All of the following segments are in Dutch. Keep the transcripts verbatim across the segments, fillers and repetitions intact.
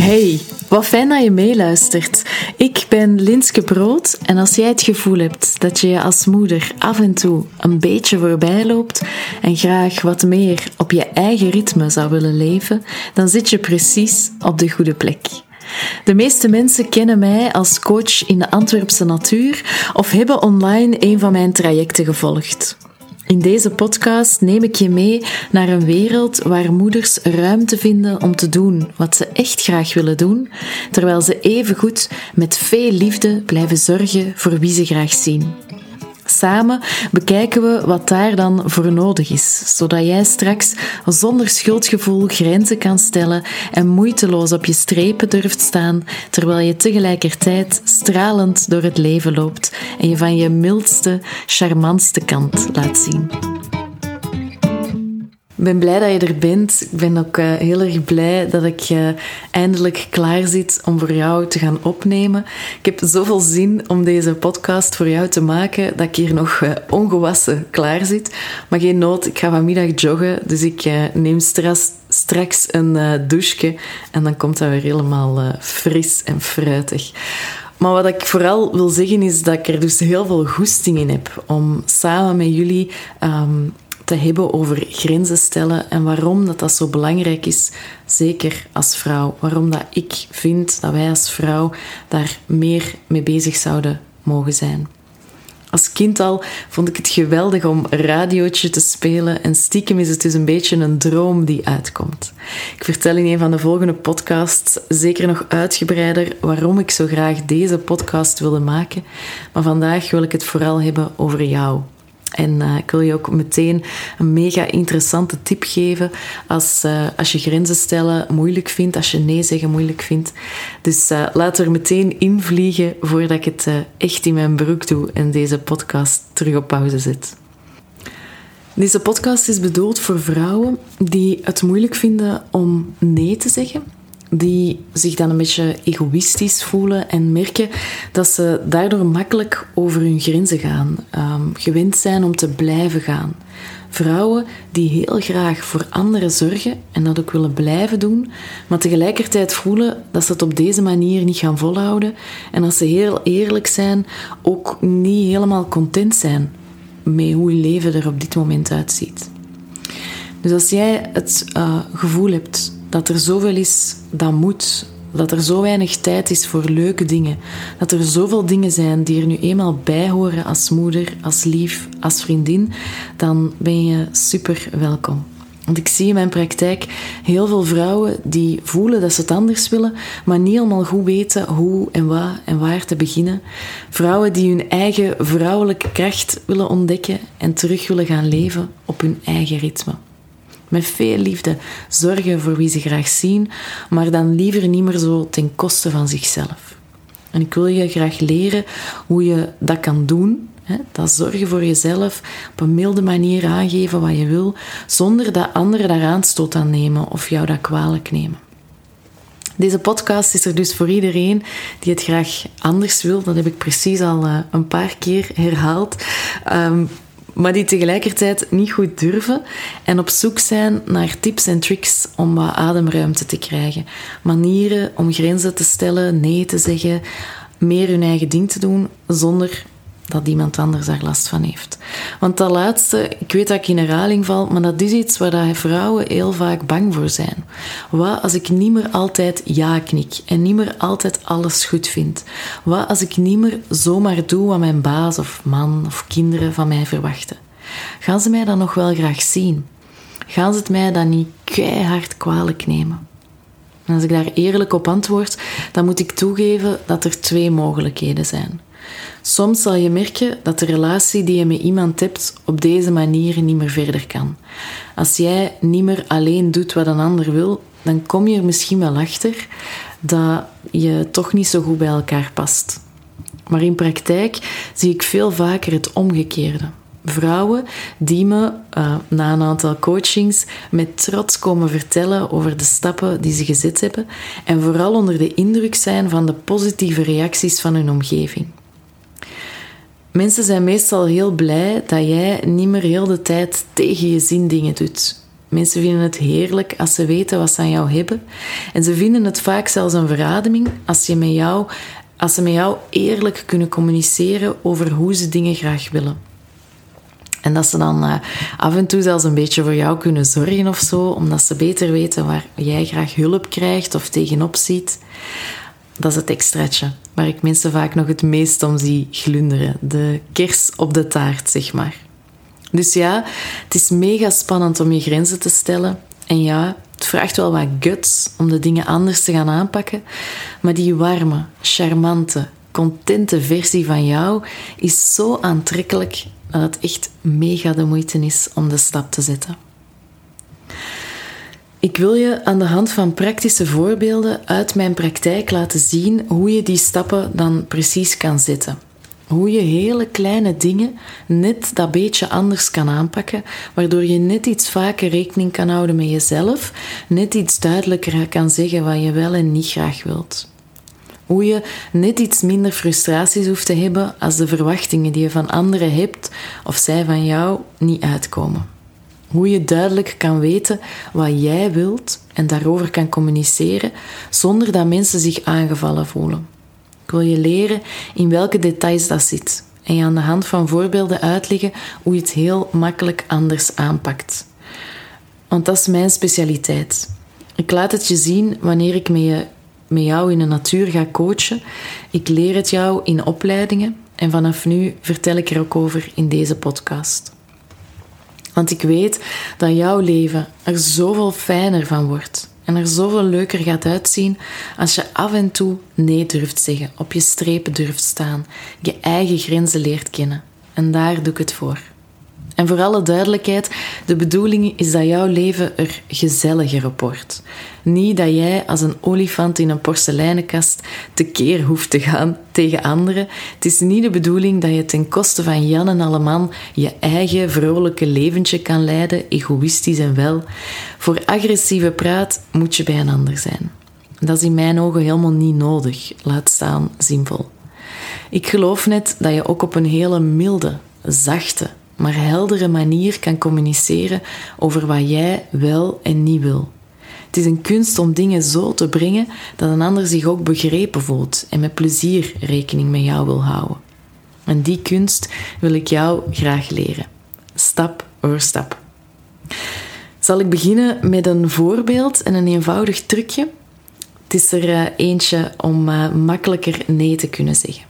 Hey, wat fijn dat je meeluistert. Ik ben Linske Brood en als jij het gevoel hebt dat je je als moeder af en toe een beetje voorbij loopt en graag wat meer op je eigen ritme zou willen leven, dan zit je precies op de goede plek. De meeste mensen kennen mij als coach in de Antwerpse natuur of hebben online een van mijn trajecten gevolgd. In deze podcast neem ik je mee naar een wereld waar moeders ruimte vinden om te doen wat ze echt graag willen doen, terwijl ze evengoed met veel liefde blijven zorgen voor wie ze graag zien. Samen bekijken we wat daar dan voor nodig is, zodat jij straks zonder schuldgevoel grenzen kan stellen en moeiteloos op je strepen durft staan, terwijl je tegelijkertijd stralend door het leven loopt en je van je mildste, charmantste kant laat zien. Ik ben blij dat je er bent. Ik ben ook uh, heel erg blij dat ik uh, eindelijk klaar zit om voor jou te gaan opnemen. Ik heb zoveel zin om deze podcast voor jou te maken dat ik hier nog uh, ongewassen klaar zit. Maar geen nood, ik ga vanmiddag joggen, dus ik uh, neem straks, straks een uh, douche en dan komt dat weer helemaal uh, fris en fruitig. Maar wat ik vooral wil zeggen is dat ik er dus heel veel goesting in heb om samen met jullie Um, te hebben over grenzen stellen en waarom dat, dat zo belangrijk is, zeker als vrouw. Waarom dat ik vind dat wij als vrouw daar meer mee bezig zouden mogen zijn. Als kind al vond ik het geweldig om radiootje te spelen en stiekem is het dus een beetje een droom die uitkomt. Ik vertel in een van de volgende podcasts zeker nog uitgebreider waarom ik zo graag deze podcast wilde maken, maar vandaag wil ik het vooral hebben over jou. En uh, ik wil je ook meteen een mega interessante tip geven als, uh, als je grenzen stellen moeilijk vindt, als je nee zeggen moeilijk vindt. Dus uh, laat er meteen invliegen voordat ik het uh, echt in mijn broek doe en deze podcast terug op pauze zet. Deze podcast is bedoeld voor vrouwen die het moeilijk vinden om nee te zeggen, die zich dan een beetje egoïstisch voelen en merken dat ze daardoor makkelijk over hun grenzen gaan, um, gewend zijn om te blijven gaan. Vrouwen die heel graag voor anderen zorgen en dat ook willen blijven doen, maar tegelijkertijd voelen dat ze het op deze manier niet gaan volhouden en als ze heel eerlijk zijn, ook niet helemaal content zijn met hoe je leven er op dit moment uitziet. Dus als jij het uh, gevoel hebt dat er zoveel is dat moet, dat er zo weinig tijd is voor leuke dingen, dat er zoveel dingen zijn die er nu eenmaal bij horen als moeder, als lief, als vriendin, dan ben je super welkom. Want ik zie in mijn praktijk heel veel vrouwen die voelen dat ze het anders willen, maar niet helemaal goed weten hoe en wat en waar te beginnen. Vrouwen die hun eigen vrouwelijke kracht willen ontdekken en terug willen gaan leven op hun eigen ritme. Met veel liefde zorgen voor wie ze graag zien, maar dan liever niet meer zo ten koste van zichzelf. En ik wil je graag leren hoe je dat kan doen. Hè? Dat zorgen voor jezelf, op een milde manier aangeven wat je wil, zonder dat anderen daar aanstoot aan nemen of jou dat kwalijk nemen. Deze podcast is er dus voor iedereen die het graag anders wil. Dat heb ik precies al uh, een paar keer herhaald. Um, maar die tegelijkertijd niet goed durven en op zoek zijn naar tips en tricks om wat ademruimte te krijgen. Manieren om grenzen te stellen, nee te zeggen, meer hun eigen ding te doen, zonder dat iemand anders daar last van heeft. Want dat laatste, ik weet dat ik in herhaling val, maar dat is iets waar vrouwen heel vaak bang voor zijn. Wat als ik niet meer altijd ja knik en niet meer altijd alles goed vind? Wat als ik niet meer zomaar doe wat mijn baas of man of kinderen van mij verwachten? Gaan ze mij dan nog wel graag zien? Gaan ze het mij dan niet keihard kwalijk nemen? En als ik daar eerlijk op antwoord, dan moet ik toegeven dat er twee mogelijkheden zijn. Soms zal je merken dat de relatie die je met iemand hebt op deze manier niet meer verder kan. Als jij niet meer alleen doet wat een ander wil, dan kom je er misschien wel achter dat je toch niet zo goed bij elkaar past. Maar in praktijk zie ik veel vaker het omgekeerde. Vrouwen die me uh, na een aantal coachings met trots komen vertellen over de stappen die ze gezet hebben en vooral onder de indruk zijn van de positieve reacties van hun omgeving. Mensen zijn meestal heel blij dat jij niet meer heel de tijd tegen je zin dingen doet. Mensen vinden het heerlijk als ze weten wat ze aan jou hebben. En ze vinden het vaak zelfs een verademing als, je met jou, als ze met jou eerlijk kunnen communiceren over hoe ze dingen graag willen. En dat ze dan uh, af en toe zelfs een beetje voor jou kunnen zorgen of zo, omdat ze beter weten waar jij graag hulp krijgt of tegenop ziet. Dat is het extraatje, waar ik mensen vaak nog het meest om zie glunderen. De kers op de taart, zeg maar. Dus ja, het is mega spannend om je grenzen te stellen. En ja, het vraagt wel wat guts om de dingen anders te gaan aanpakken. Maar die warme, charmante, contente versie van jou is zo aantrekkelijk dat het echt mega de moeite is om de stap te zetten. Ik wil je aan de hand van praktische voorbeelden uit mijn praktijk laten zien hoe je die stappen dan precies kan zetten. Hoe je hele kleine dingen net dat beetje anders kan aanpakken, waardoor je net iets vaker rekening kan houden met jezelf, net iets duidelijker kan zeggen wat je wel en niet graag wilt. Hoe je net iets minder frustraties hoeft te hebben als de verwachtingen die je van anderen hebt of zij van jou niet uitkomen. Hoe je duidelijk kan weten wat jij wilt en daarover kan communiceren zonder dat mensen zich aangevallen voelen. Ik wil je leren in welke details dat zit en je aan de hand van voorbeelden uitleggen hoe je het heel makkelijk anders aanpakt. Want dat is mijn specialiteit. Ik laat het je zien wanneer ik met, je, met jou in de natuur ga coachen. Ik leer het jou in opleidingen en vanaf nu vertel ik er ook over in deze podcast. Want ik weet dat jouw leven er zoveel fijner van wordt en er zoveel leuker gaat uitzien als je af en toe nee durft zeggen, op je strepen durft staan, je eigen grenzen leert kennen. En daar doe ik het voor. En voor alle duidelijkheid, de bedoeling is dat jouw leven er gezelliger op wordt. Niet dat jij als een olifant in een porseleinenkast tekeer hoeft te gaan tegen anderen. Het is niet de bedoeling dat je ten koste van Jan en alleman je eigen vrolijke leventje kan leiden, egoïstisch en wel. Voor agressieve praat moet je bij een ander zijn. Dat is in mijn ogen helemaal niet nodig, laat staan zinvol. Ik geloof net dat je ook op een hele milde, zachte, maar heldere manier kan communiceren over wat jij wel en niet wil. Het is een kunst om dingen zo te brengen dat een ander zich ook begrepen voelt en met plezier rekening met jou wil houden. En die kunst wil ik jou graag leren. Stap voor stap. Zal ik beginnen met een voorbeeld en een eenvoudig trucje? Het is er uh, eentje om uh, makkelijker nee te kunnen zeggen.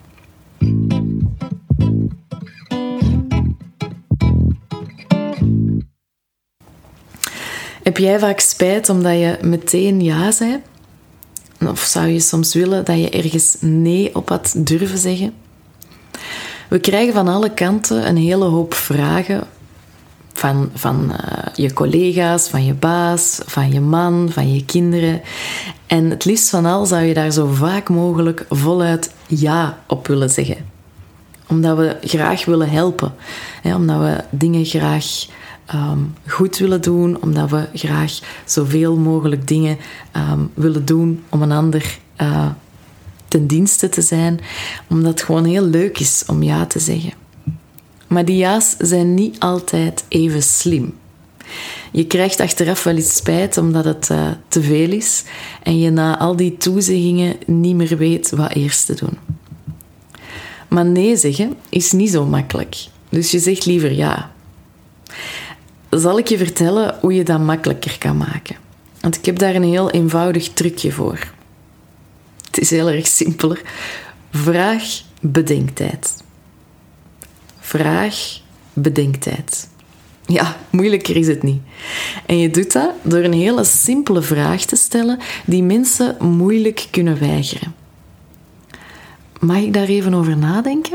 Heb jij vaak spijt omdat je meteen ja zei? Of zou je soms willen dat je ergens nee op had durven zeggen? We krijgen van alle kanten een hele hoop vragen van, van uh, je collega's, van je baas, van je man, van je kinderen. En het liefst van al zou je daar zo vaak mogelijk voluit ja op willen zeggen. Omdat we graag willen helpen. Hè, omdat we dingen graag um, goed willen doen. Omdat we graag zoveel mogelijk dingen um, willen doen om een ander uh, ten dienste te zijn. Omdat het gewoon heel leuk is om ja te zeggen. Maar die ja's zijn niet altijd even slim. Je krijgt achteraf wel eens spijt omdat het uh, te veel is en je na al die toezeggingen niet meer weet wat eerst te doen. Maar nee zeggen is niet zo makkelijk. Dus je zegt liever ja. Zal ik je vertellen hoe je dat makkelijker kan maken? Want ik heb daar een heel eenvoudig trucje voor. Het is heel erg simpeler. Vraag bedenktijd. Vraag bedenktijd. Ja, moeilijker is het niet. En je doet dat door een hele simpele vraag te stellen die mensen moeilijk kunnen weigeren. Mag ik daar even over nadenken?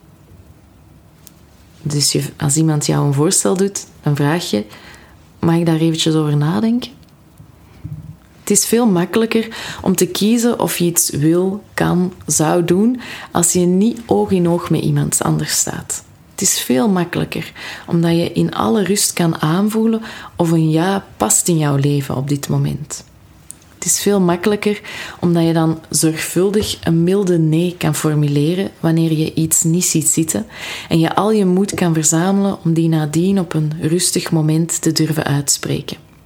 Dus je, als iemand jou een voorstel doet, dan vraag je: mag ik daar eventjes over nadenken? Het is veel makkelijker om te kiezen of je iets wil, kan, zou doen als je niet oog in oog met iemand anders staat. Het is veel makkelijker, omdat je in alle rust kan aanvoelen of een ja past in jouw leven op dit moment. Het is veel makkelijker, omdat je dan zorgvuldig een milde nee kan formuleren wanneer je iets niet ziet zitten en je al je moed kan verzamelen om die nadien op een rustig moment te durven uitspreken.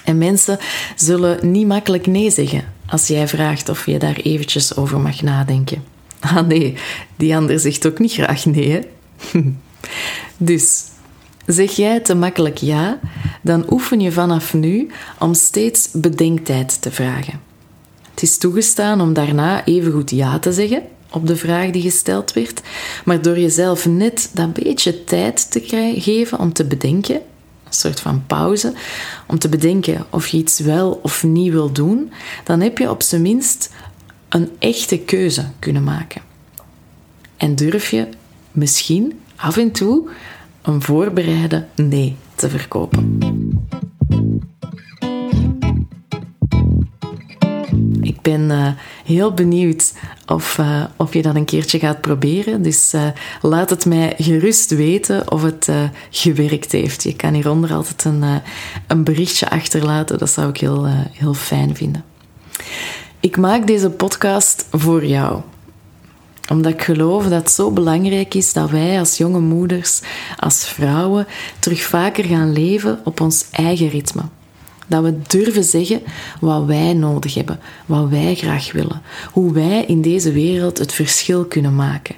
En mensen zullen niet makkelijk nee zeggen als jij vraagt of je daar eventjes over mag nadenken. Ah nee, die ander zegt ook niet graag nee, hè? Dus, zeg jij te makkelijk ja, dan oefen je vanaf nu om steeds bedenktijd te vragen. Het is toegestaan om daarna evengoed ja te zeggen op de vraag die gesteld werd, maar door jezelf net dat beetje tijd te geven om te bedenken, een soort van pauze, om te bedenken of je iets wel of niet wil doen, dan heb je op zijn minst een echte keuze kunnen maken. En durf je misschien af en toe een voorbereide nee te verkopen. Ik ben uh, heel benieuwd of, uh, of je dat een keertje gaat proberen. Dus uh, laat het mij gerust weten of het uh, gewerkt heeft. Je kan hieronder altijd een, uh, een berichtje achterlaten. Dat zou ik heel, uh, heel fijn vinden. Ik maak deze podcast voor jou. Omdat ik geloof dat het zo belangrijk is dat wij als jonge moeders, als vrouwen, terug vaker gaan leven op ons eigen ritme. Dat we durven zeggen wat wij nodig hebben, wat wij graag willen. Hoe wij in deze wereld het verschil kunnen maken.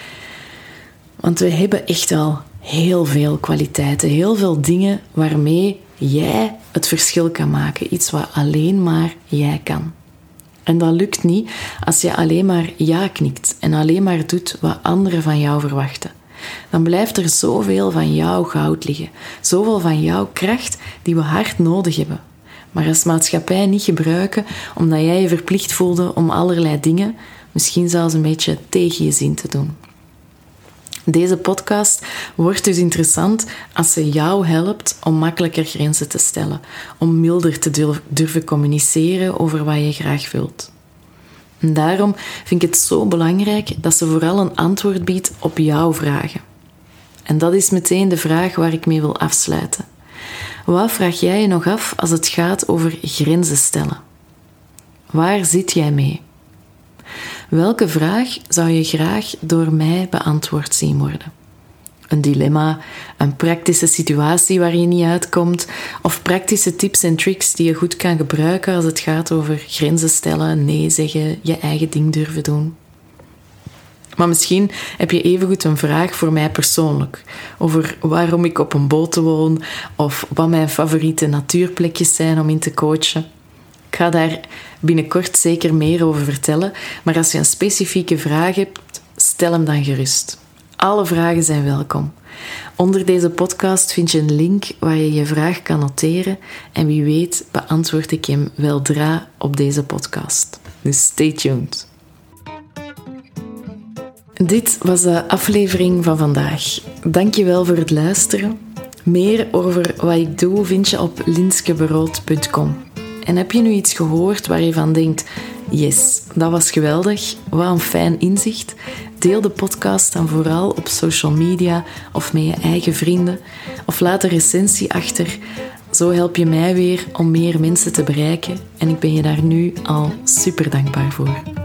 Want we hebben echt wel heel veel kwaliteiten, heel veel dingen waarmee jij het verschil kan maken. Iets wat alleen maar jij kan. En dat lukt niet als je alleen maar ja knikt en alleen maar doet wat anderen van jou verwachten. Dan blijft er zoveel van jouw goud liggen. Zoveel van jouw kracht die we hard nodig hebben. Maar als maatschappij niet gebruiken omdat jij je verplicht voelde om allerlei dingen, misschien zelfs een beetje tegen je zin te doen. Deze podcast wordt dus interessant als ze jou helpt om makkelijker grenzen te stellen. Om milder te durven communiceren over wat je graag wilt. En daarom vind ik het zo belangrijk dat ze vooral een antwoord biedt op jouw vragen. En dat is meteen de vraag waar ik mee wil afsluiten. Wat vraag jij je nog af als het gaat over grenzen stellen? Waar zit jij mee? Welke vraag zou je graag door mij beantwoord zien worden? Een dilemma, een praktische situatie waar je niet uitkomt, of praktische tips en tricks die je goed kan gebruiken als het gaat over grenzen stellen, nee zeggen, je eigen ding durven doen. Maar misschien heb je evengoed een vraag voor mij persoonlijk, over waarom ik op een boot woon, of wat mijn favoriete natuurplekjes zijn om in te coachen. Ik ga daar binnenkort zeker meer over vertellen, maar als je een specifieke vraag hebt, stel hem dan gerust. Alle vragen zijn welkom. Onder deze podcast vind je een link waar je je vraag kan noteren en wie weet beantwoord ik hem weldra op deze podcast. Dus stay tuned. Dit was de aflevering van vandaag. Dank je wel voor het luisteren. Meer over wat ik doe vind je op linskeberold punt com. En heb je nu iets gehoord waar je van denkt, yes, dat was geweldig, wat een fijn inzicht. Deel de podcast dan vooral op social media of met je eigen vrienden. Of laat een recensie achter. Zo help je mij weer om meer mensen te bereiken. En ik ben je daar nu al super dankbaar voor.